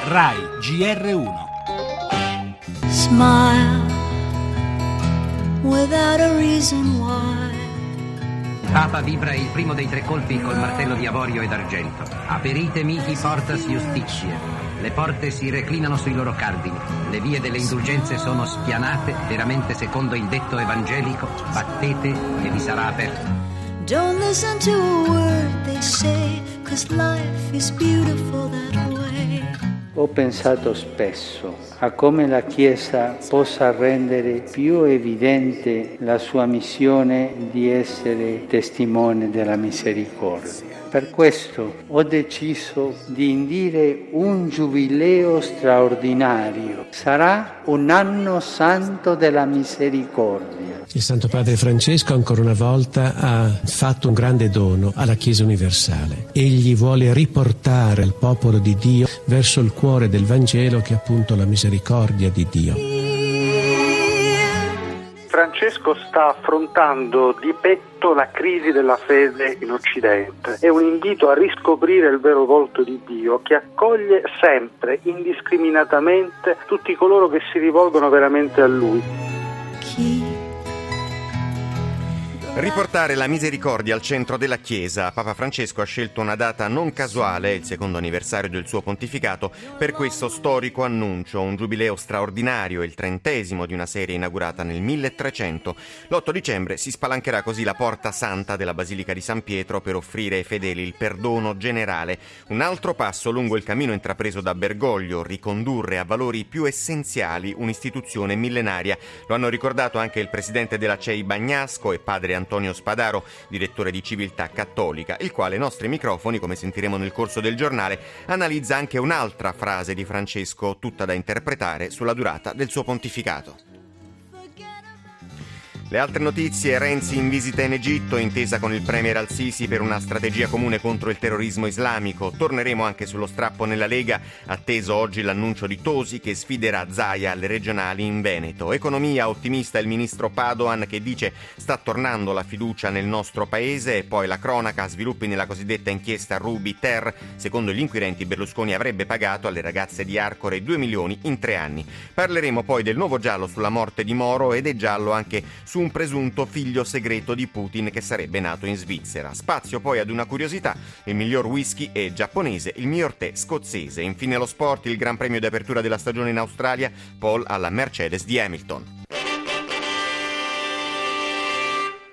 Rai GR1. Smile without a reason why. Papa vibra il primo dei tre colpi col martello di avorio ed argento. Aperite mihi portas justitiae. Le porte si reclinano sui loro cardini. Le vie delle indulgenze sono spianate, veramente secondo il detto evangelico: battete e vi sarà aperto. Don't listen to a word they say, 'cause life is beautiful that way. Ho pensato spesso a come la Chiesa possa rendere più evidente la sua missione di essere testimone della misericordia. Per questo ho deciso di indire un giubileo straordinario. Sarà un anno santo della misericordia. Il Santo Padre Francesco ancora una volta ha fatto un grande dono alla Chiesa universale. Egli vuole riportare il popolo di Dio verso il cuore del Vangelo, che è appunto la misericordia di Dio. Francesco sta affrontando di petto la crisi della fede in Occidente. È un invito a riscoprire il vero volto di Dio, che accoglie sempre, indiscriminatamente, tutti coloro che si rivolgono veramente a Lui. Riportare la misericordia al centro della Chiesa. Papa Francesco ha scelto una data non casuale, il secondo anniversario del suo pontificato, per questo storico annuncio, un giubileo straordinario, il 30° di una serie inaugurata nel 1300. L'8 dicembre si spalancherà così la porta santa della Basilica di San Pietro per offrire ai fedeli il perdono generale. Un altro passo lungo il cammino intrapreso da Bergoglio, ricondurre a valori più essenziali un'istituzione millenaria. Lo hanno ricordato anche il presidente della CEI Bagnasco e padre Antonio Spadaro, direttore di Civiltà Cattolica, il quale ai nostri microfoni, come sentiremo nel corso del giornale, analizza anche un'altra frase di Francesco, tutta da interpretare sulla durata del suo pontificato. Le altre notizie: Renzi in visita in Egitto, intesa con il premier al-Sisi per una strategia comune contro il terrorismo islamico. Torneremo anche sullo strappo nella Lega, atteso oggi l'annuncio di Tosi che sfiderà Zaia alle regionali in Veneto. Economia, ottimista il ministro Padoan che dice sta tornando la fiducia nel nostro paese. E poi la cronaca, sviluppi nella cosiddetta inchiesta Ruby-Ter. Secondo gli inquirenti Berlusconi avrebbe pagato alle ragazze di Arcore 2 milioni in 3 anni. Parleremo poi del nuovo giallo sulla morte di Moro ed è giallo anche su un presunto figlio segreto di Putin che sarebbe nato in Svizzera. Spazio poi ad una curiosità: il miglior whisky è giapponese, il miglior tè scozzese. Infine lo sport, il gran premio di apertura della stagione in Australia, pole alla Mercedes di Hamilton.